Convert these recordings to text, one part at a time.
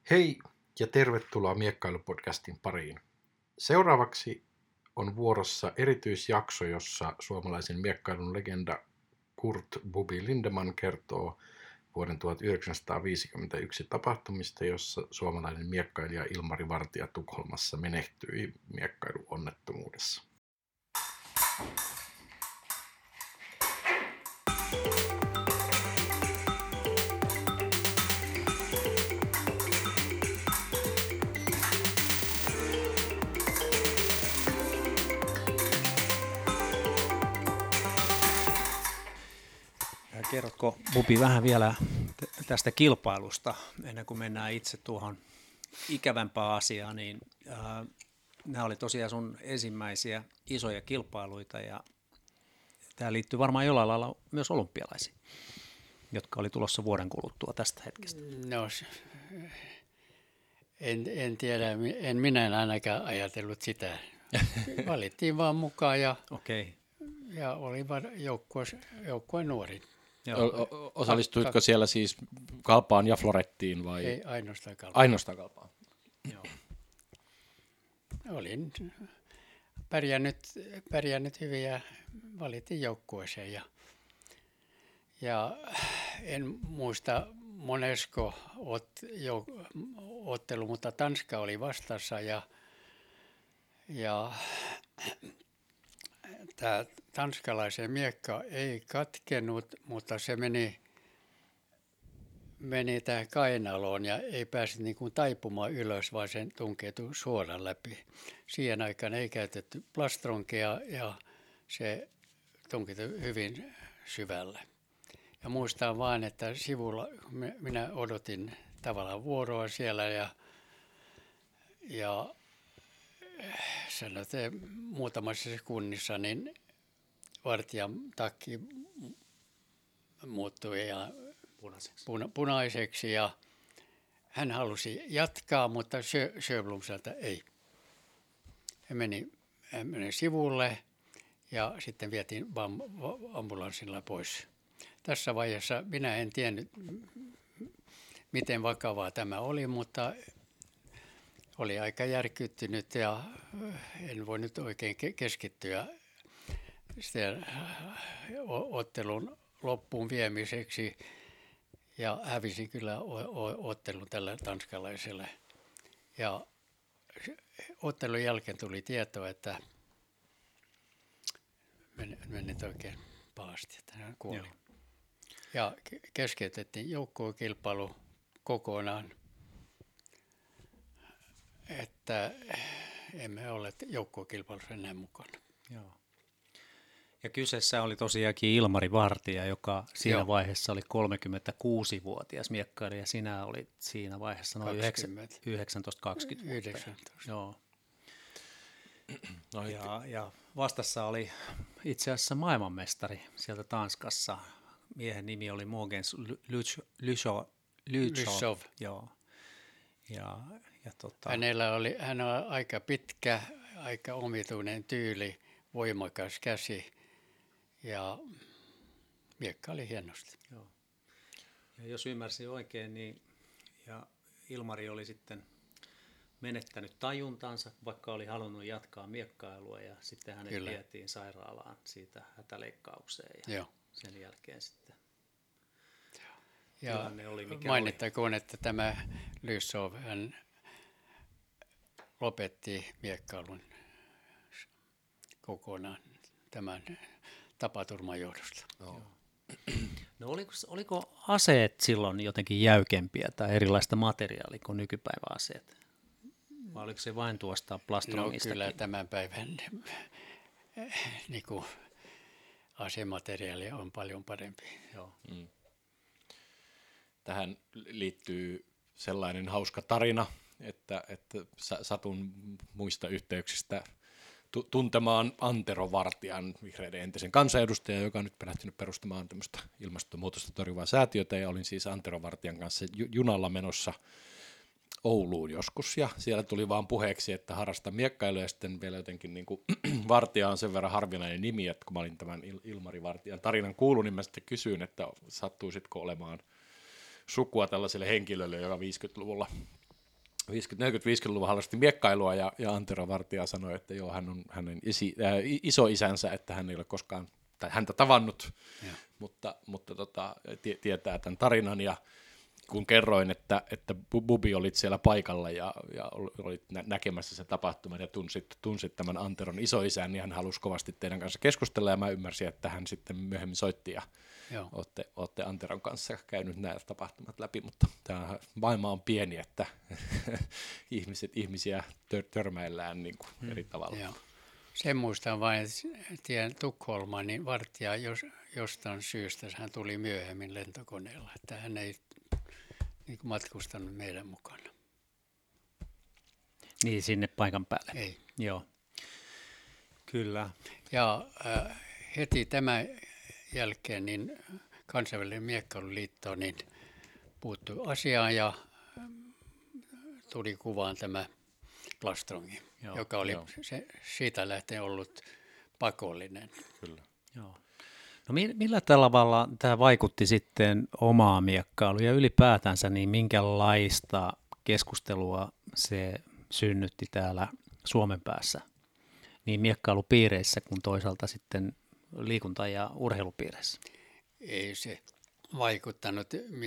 Hei ja tervetuloa Miekkailupodcastin pariin. Seuraavaksi on vuorossa erityisjakso, jossa suomalaisen miekkailun legenda Kurt "Bubi" Lindeman kertoo vuoden 1951 tapahtumista, jossa suomalainen miekkailija Ilmari Vartija Tukholmassa menehtyi miekkailuonnettomuudessa. Kerrotko, Bubi, vähän vielä tästä kilpailusta, ennen kuin mennään itse tuohon ikävämpään asiaan, niin nämä oli tosiaan sun ensimmäisiä isoja kilpailuita, ja tämä liittyy varmaan jollain lailla myös olympialaisiin, jotka oli tulossa vuoden kuluttua tästä hetkestä. No, en tiedä, en minä ainakaan ajatellut sitä. Valittiin vaan mukaan ja oli joukkueen nuorin. Osallistuitko siellä siis Kalpaan ja Florettiin vai? Ei, ainoastaan Kalpaan. Ainoastaan Kalpaan. Joo. Olin pärjännyt hyvin ja valittiin joukkueeseen. Ja en muista monesko ottelu, mutta Tanska oli vastassa ja tämä tanskalaisen miekka ei katkenut, mutta se meni tähän kainaloon ja ei päässyt niin kuin taipumaan ylös, vaan sen tunkeutui suoran läpi. Siihen aikaan ei käytetty plastronkia ja se tunkeutui hyvin syvälle. Ja muistan vaan, että sivulla minä odotin tavallaan vuoroa siellä ja sanotaan muutamassa sekunnissa niin vartijan takki muuttui punaiseksi ja hän halusi jatkaa, mutta Sjöblom sanoi, että ei. Hän meni sivulle ja sitten vietiin ambulanssilla pois. Tässä vaiheessa minä en tiennyt, miten vakavaa tämä oli, mutta oli aika järkyttynyt ja en voinut oikein keskittyä sitten ottelun loppuun viemiseksi ja hävisin kyllä ottelun tällä tanskalaiselle. Ja ottelun jälkeen tuli tieto, että meni oikein pahasti, että hän kuoli. Joo. Ja keskeytettiin joukkuekilpailu kokonaan, että emme ole joukkuekilpailussa enää mukana. Joo. Ja kyseessä oli tosiaankin Ilmari Vartija, joka siinä vaiheessa oli 36-vuotias miekkailija, ja sinä olit siinä vaiheessa noin 19-20 vuotta. 19. Joo. Ja vastassa oli itse asiassa maailmanmestari sieltä Tanskassa. Miehen nimi oli Mogens Lysov. Joo. Hän on aika pitkä, aika omituinen tyyli, voimakas käsi ja miekka oli hienosti. Joo. Ja jos ymmärsin oikein, niin ja Ilmari oli sitten menettänyt tajuntansa, vaikka oli halunnut jatkaa miekkailua ja sitten hänet vietiin sairaalaan siitä hätäleikkaukseen ja sen jälkeen sitten tilanne oli mikä mainittakoon, että tämä Lysov, hän lopetti miekkailun kokonaan tämän tapaturman johdosta. No oliko aseet silloin jotenkin jäykempiä tai erilaista materiaalia kuin nykypäivän aseet? Vai oliko se vain tuosta plastrongistakin? No kyllä tämän päivän niin kuin asemateriaali on paljon parempi. Joo. Tähän liittyy sellainen hauska tarina, että satun muista yhteyksistä tuntemaan Antero Vartijan, vihreiden entisen kansanedustajan, joka on nyt lähtenyt perustamaan tämmöistä ilmastonmuutosta torjuvaa säätiötä, ja olin siis Antero Vartijan kanssa junalla menossa Ouluun joskus, ja siellä tuli vaan puheeksi, että harrastan miekkailua, ja sitten vielä jotenkin niin kuin Vartija on sen verran harvinainen nimi, että kun mä olin tämän Ilmari Vartijan tarinan kuullut, niin mä sitten kysyin, että sattuisitko olemaan sukua tällaiselle henkilölle, joka 50-luvulla 40-50-luvun harrasti miekkailua ja Antero Vartija sanoi, että joo, hän on hänen isoisänsä, että hän ei ole koskaan tai häntä tavannut, mutta tietää tämän tarinan ja kun kerroin, että Bubi olit siellä paikalla ja olit näkemässä sen tapahtuman ja tunsit tämän Anteron isoisän, niin hän halusi kovasti teidän kanssa keskustella ja mä ymmärsin, että hän sitten myöhemmin soitti ja olette Anteron kanssa käynyt nämä tapahtumat läpi, mutta tämä maailma on pieni, että ihmisiä törmäillään niin kuin eri tavalla. Joo. Sen muistan vain, että tien Tukholmaan, niin Vartija jostain syystä hän tuli myöhemmin lentokoneella, että hän ei niin kuin matkustanut meidän mukana. Niin, sinne paikan päälle. Ei. Joo, kyllä. Ja heti tämän jälkeen niin kansainvälinen miekkailuliitto niin puuttui asiaan ja tuli kuvaan tämä plastrongi, joka oli siitä lähtien ollut pakollinen. Kyllä. Joo. No millä tavalla tämä vaikutti sitten omaan miekkailuun ja ylipäätänsä, niin minkälaista keskustelua se synnytti täällä Suomen päässä, niin miekkailupiireissä kuin toisaalta sitten liikunta- ja urheilupiireissä? Ei se vaikuttanut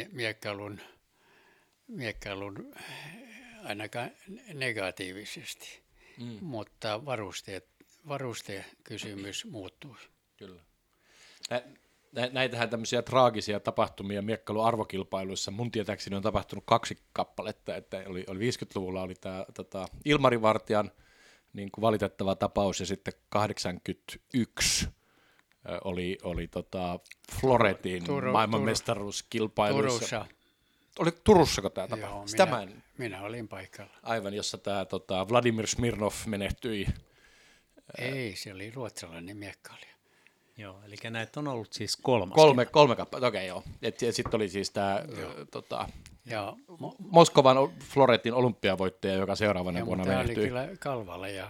miekkailun ainakaan negatiivisesti, mutta varustekysymys muuttui. Kyllä. Näitähän tämmöisiä traagisia tapahtumia miekkailun arvokilpailuissa mun tietääkseni on tapahtunut 2 kappaletta, että oli 50-luvulla oli tämä Ilmari Vartijan niin kuin valitettava tapaus ja sitten 81 oli Floretin maailmanmestaruuskilpailuissa. Turussa. Oli Turussako tämä tapahtui? Joo, minä olin paikalla. Aivan, jossa tämä Vladimir Smirnov menehtyi. Ei, se oli ruotsalainen miekkailija. Joo, eli näitä on ollut siis 3. Kolme kappaletta, okei joo. Sitten oli siis tämä ja Moskovan Floretin olympiavoittaja, joka seuraavana vuonna menehtyi. Tämä oli kyllä kalvalla ja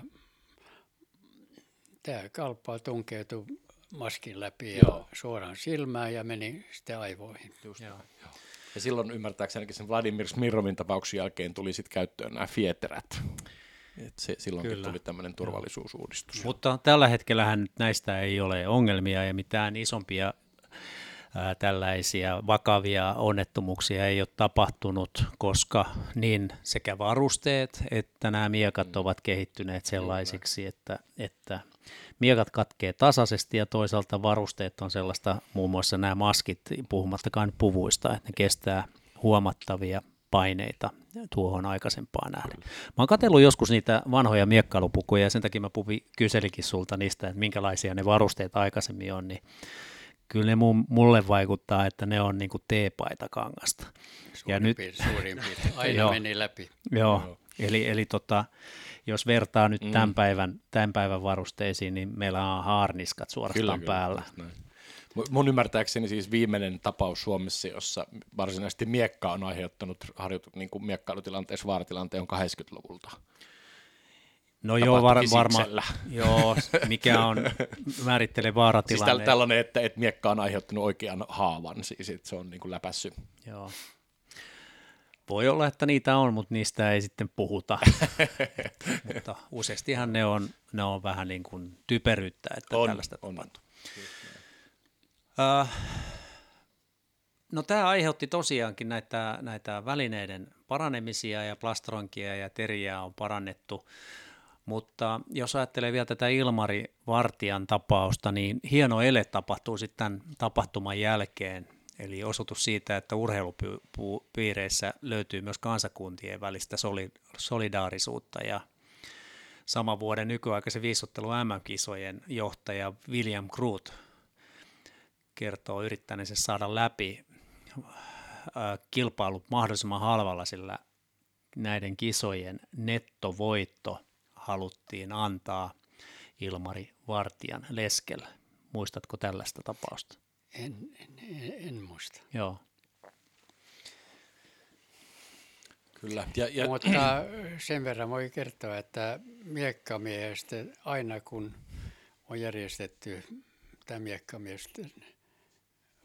tämä kalppaa tunkeutui maskin läpi ja suoraan silmään ja meni sitten aivoihin. Joo. Ja silloin ymmärtääkseni sen Vladimir Smirnovin tapauksen jälkeen tuli sitten käyttöön nämä fieterät. Silloinkin tuli tämmöinen turvallisuusuudistus. Mutta tällä hetkellähän näistä ei ole ongelmia ja mitään isompia tällaisia vakavia onnettomuuksia ei ole tapahtunut, koska niin sekä varusteet että nämä miekat ovat kehittyneet sellaisiksi, että miekat katkee tasaisesti ja toisaalta varusteet on sellaista, muun muassa nämä maskit, puhumattakaan puvuista, että ne kestää huomattavia paineita tuohon aikaisempaan nähden. Mä oon katsellut joskus niitä vanhoja miekkailupukuja ja sen takia mä kyselikin sulta niistä, että minkälaisia ne varusteet aikaisemmin on, niin kyllä ne mulle vaikuttaa, että ne on niinku teepaitakangasta. Suurin piirtein. Aina meni läpi. Joo. Eli jos vertaa nyt tämän päivän varusteisiin, niin meillä on haarniskat suorastaan päällä. Mun ymmärtääkseni siis viimeinen tapaus Suomessa, jossa varsinaisesti miekka on aiheuttanut niin kuin miekkailutilanteessa vaaratilanteen on 80-luvulta. No joo, varmaan. Joo, mikä on, määrittelee vaaratilanne. Siis tällainen, että miekka on aiheuttanut oikean haavan, siis että se on niin kuin läpässyt. Joo. Voi olla, että niitä on, mutta niistä ei sitten puhuta. Mutta useastihan ne on vähän niin kuin typeryyttä, että tällaista tapahtuu. No tämä aiheutti tosiaankin näitä välineiden paranemisia ja plastronkia ja teriä on parannettu, mutta jos ajattelee vielä tätä Ilmari Vartijan tapausta, niin hieno ele tapahtuu sitten tämän tapahtuman jälkeen, eli osoitus siitä, että urheilupiireissä löytyy myös kansakuntien välistä solidaarisuutta ja saman vuoden nykyaikaisen viisottelun MM-kisojen johtaja William Groot kertoo yrittäneensä saada läpi kilpailut mahdollisimman halvalla, sillä näiden kisojen nettovoitto haluttiin antaa Ilmari Vartijan leskelle. Muistatko tällaista tapausta? En muista. Joo. Kyllä. Mutta sen verran voi kertoa, että miekkamiehestä aina kun on järjestetty tämä miekkamiesten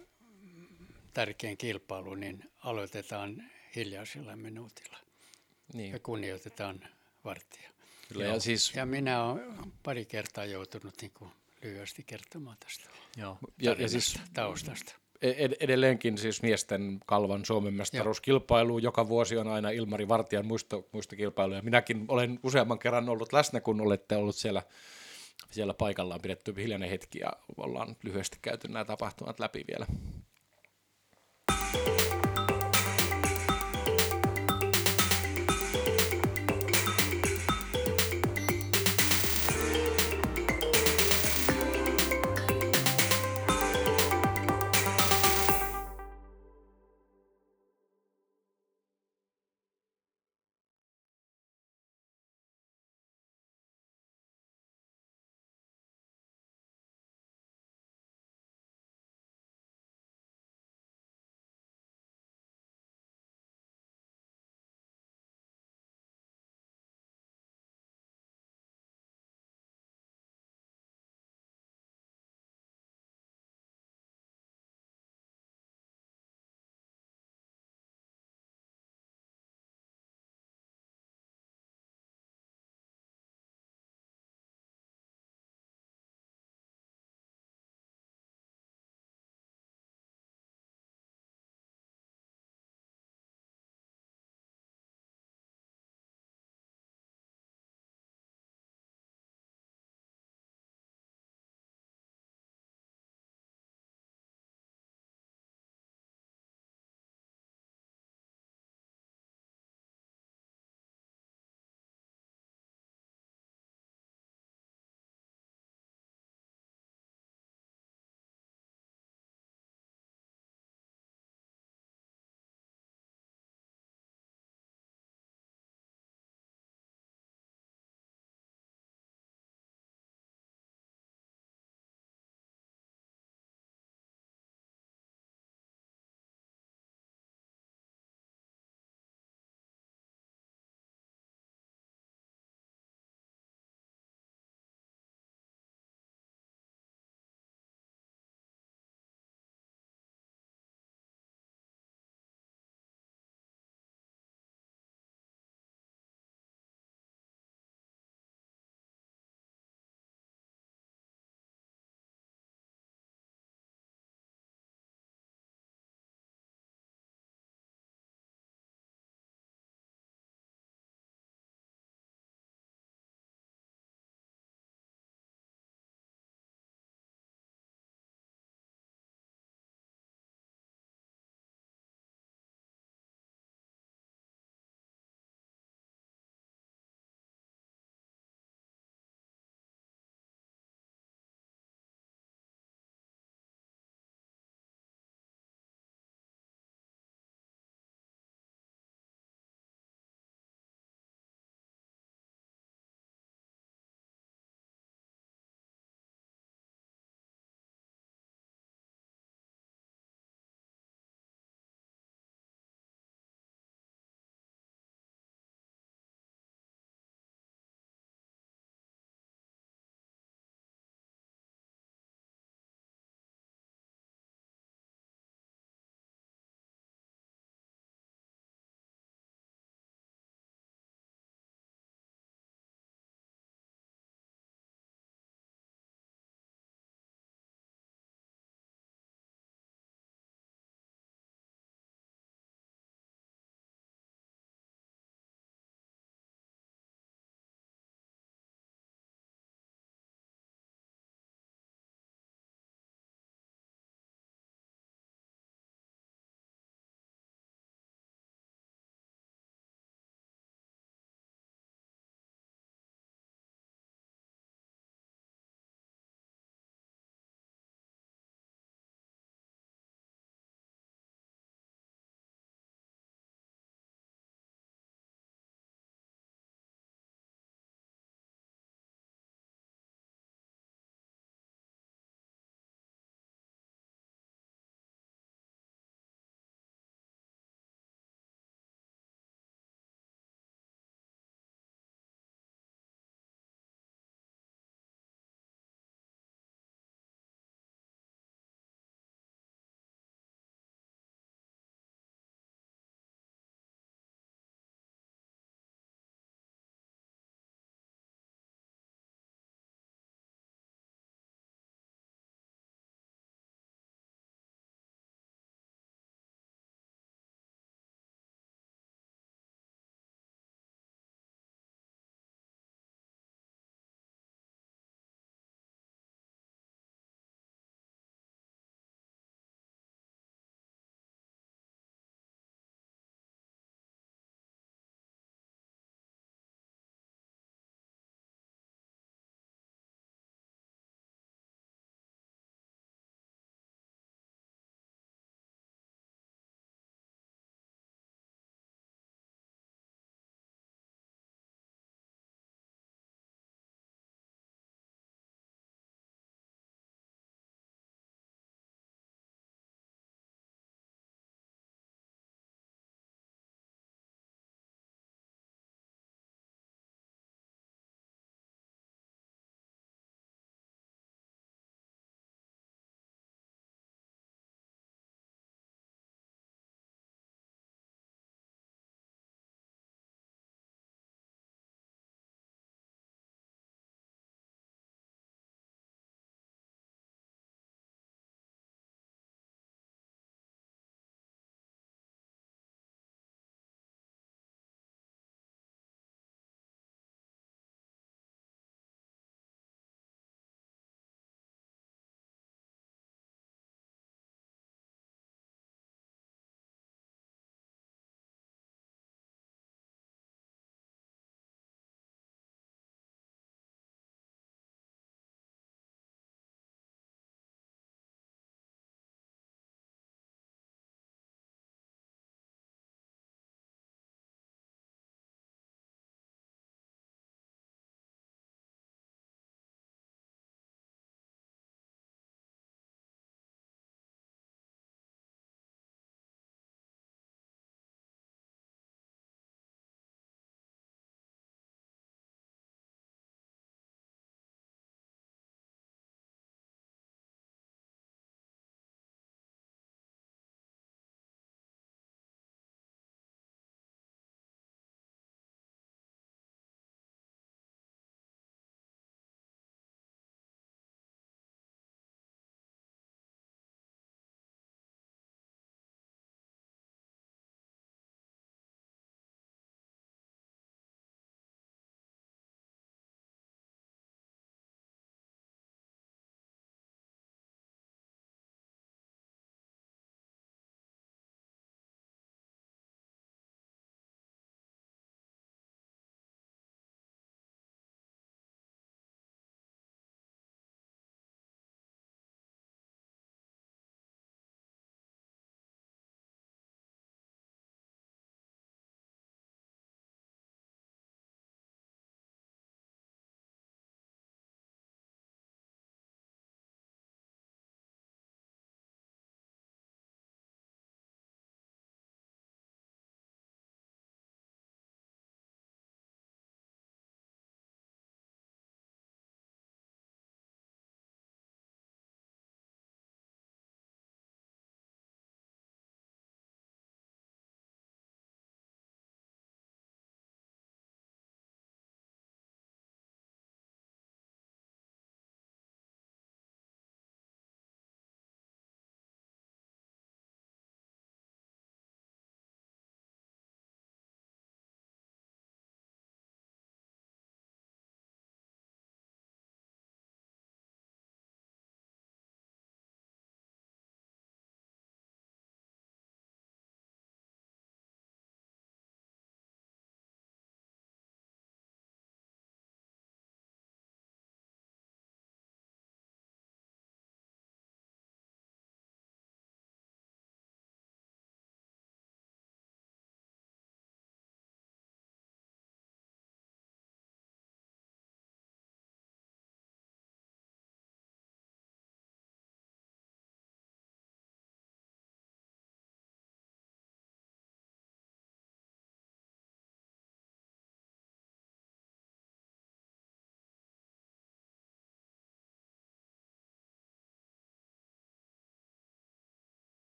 tärkein kilpailu, niin aloitetaan hiljaisella minuutilla. Niin. ja kunnioitetaan varttia. Kyllä, ja siis Ja minä olen pari kertaa joutunut niin kuin lyhyesti kertomaan tästä Joo. ja siis taustasta. edelleenkin siis miesten kalvan Suomen mestaruuskilpailu. Joka vuosi on aina Ilmari Vartijan muistokilpailu. Minäkin olen useamman kerran ollut läsnä, kun olette ollut siellä paikallaan, pidetty hiljainen hetki ja ollaan lyhyesti käyty nämä tapahtumat läpi vielä.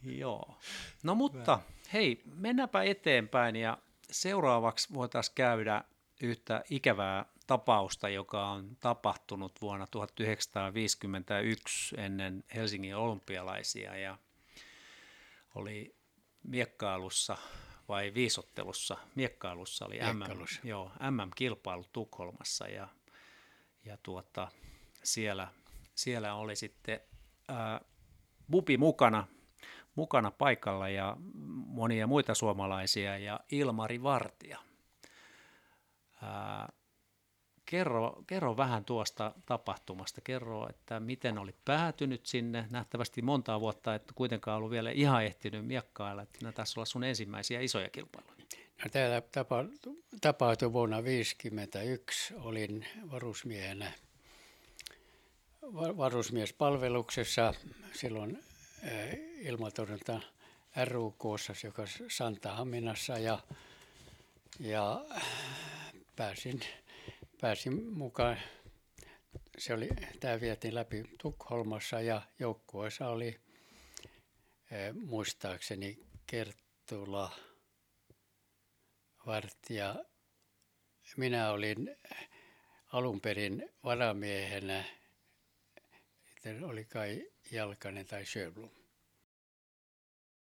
Joo. No mutta hei, mennäänpä eteenpäin ja seuraavaksi voitaisiin käydä yhtä ikävää tapausta, joka on tapahtunut vuonna 1951 ennen Helsingin olympialaisia ja oli miekkailussa vai viisottelussa, miekkailussa oli MM-kilpailu Tukholmassa ja siellä oli sitten Bubi mukana paikalla ja monia muita suomalaisia ja Ilmari Vartija. Kerro vähän tuosta tapahtumasta. Kerro, että miten oli päätynyt sinne. Nähtävästi montaa vuotta, että kuitenkaan ollut vielä ihan ehtinyt miekkailla. Että nämä taisi olla sun ensimmäisiä isoja kilpailuja. No, täällä tapahtui vuonna 1951. Olin varusmiehenä varusmiespalveluksessa silloin ilmatorjunta RUK:ssa, joka Santahaminassa ja pääsin mukaan. Tämä vietiin läpi Tukholmassa ja joukkueessa oli muistaakseni Kerttula, Vartija. Minä olin alun perin varamiehenä, oli kai Jalkanen tai Sjöblom.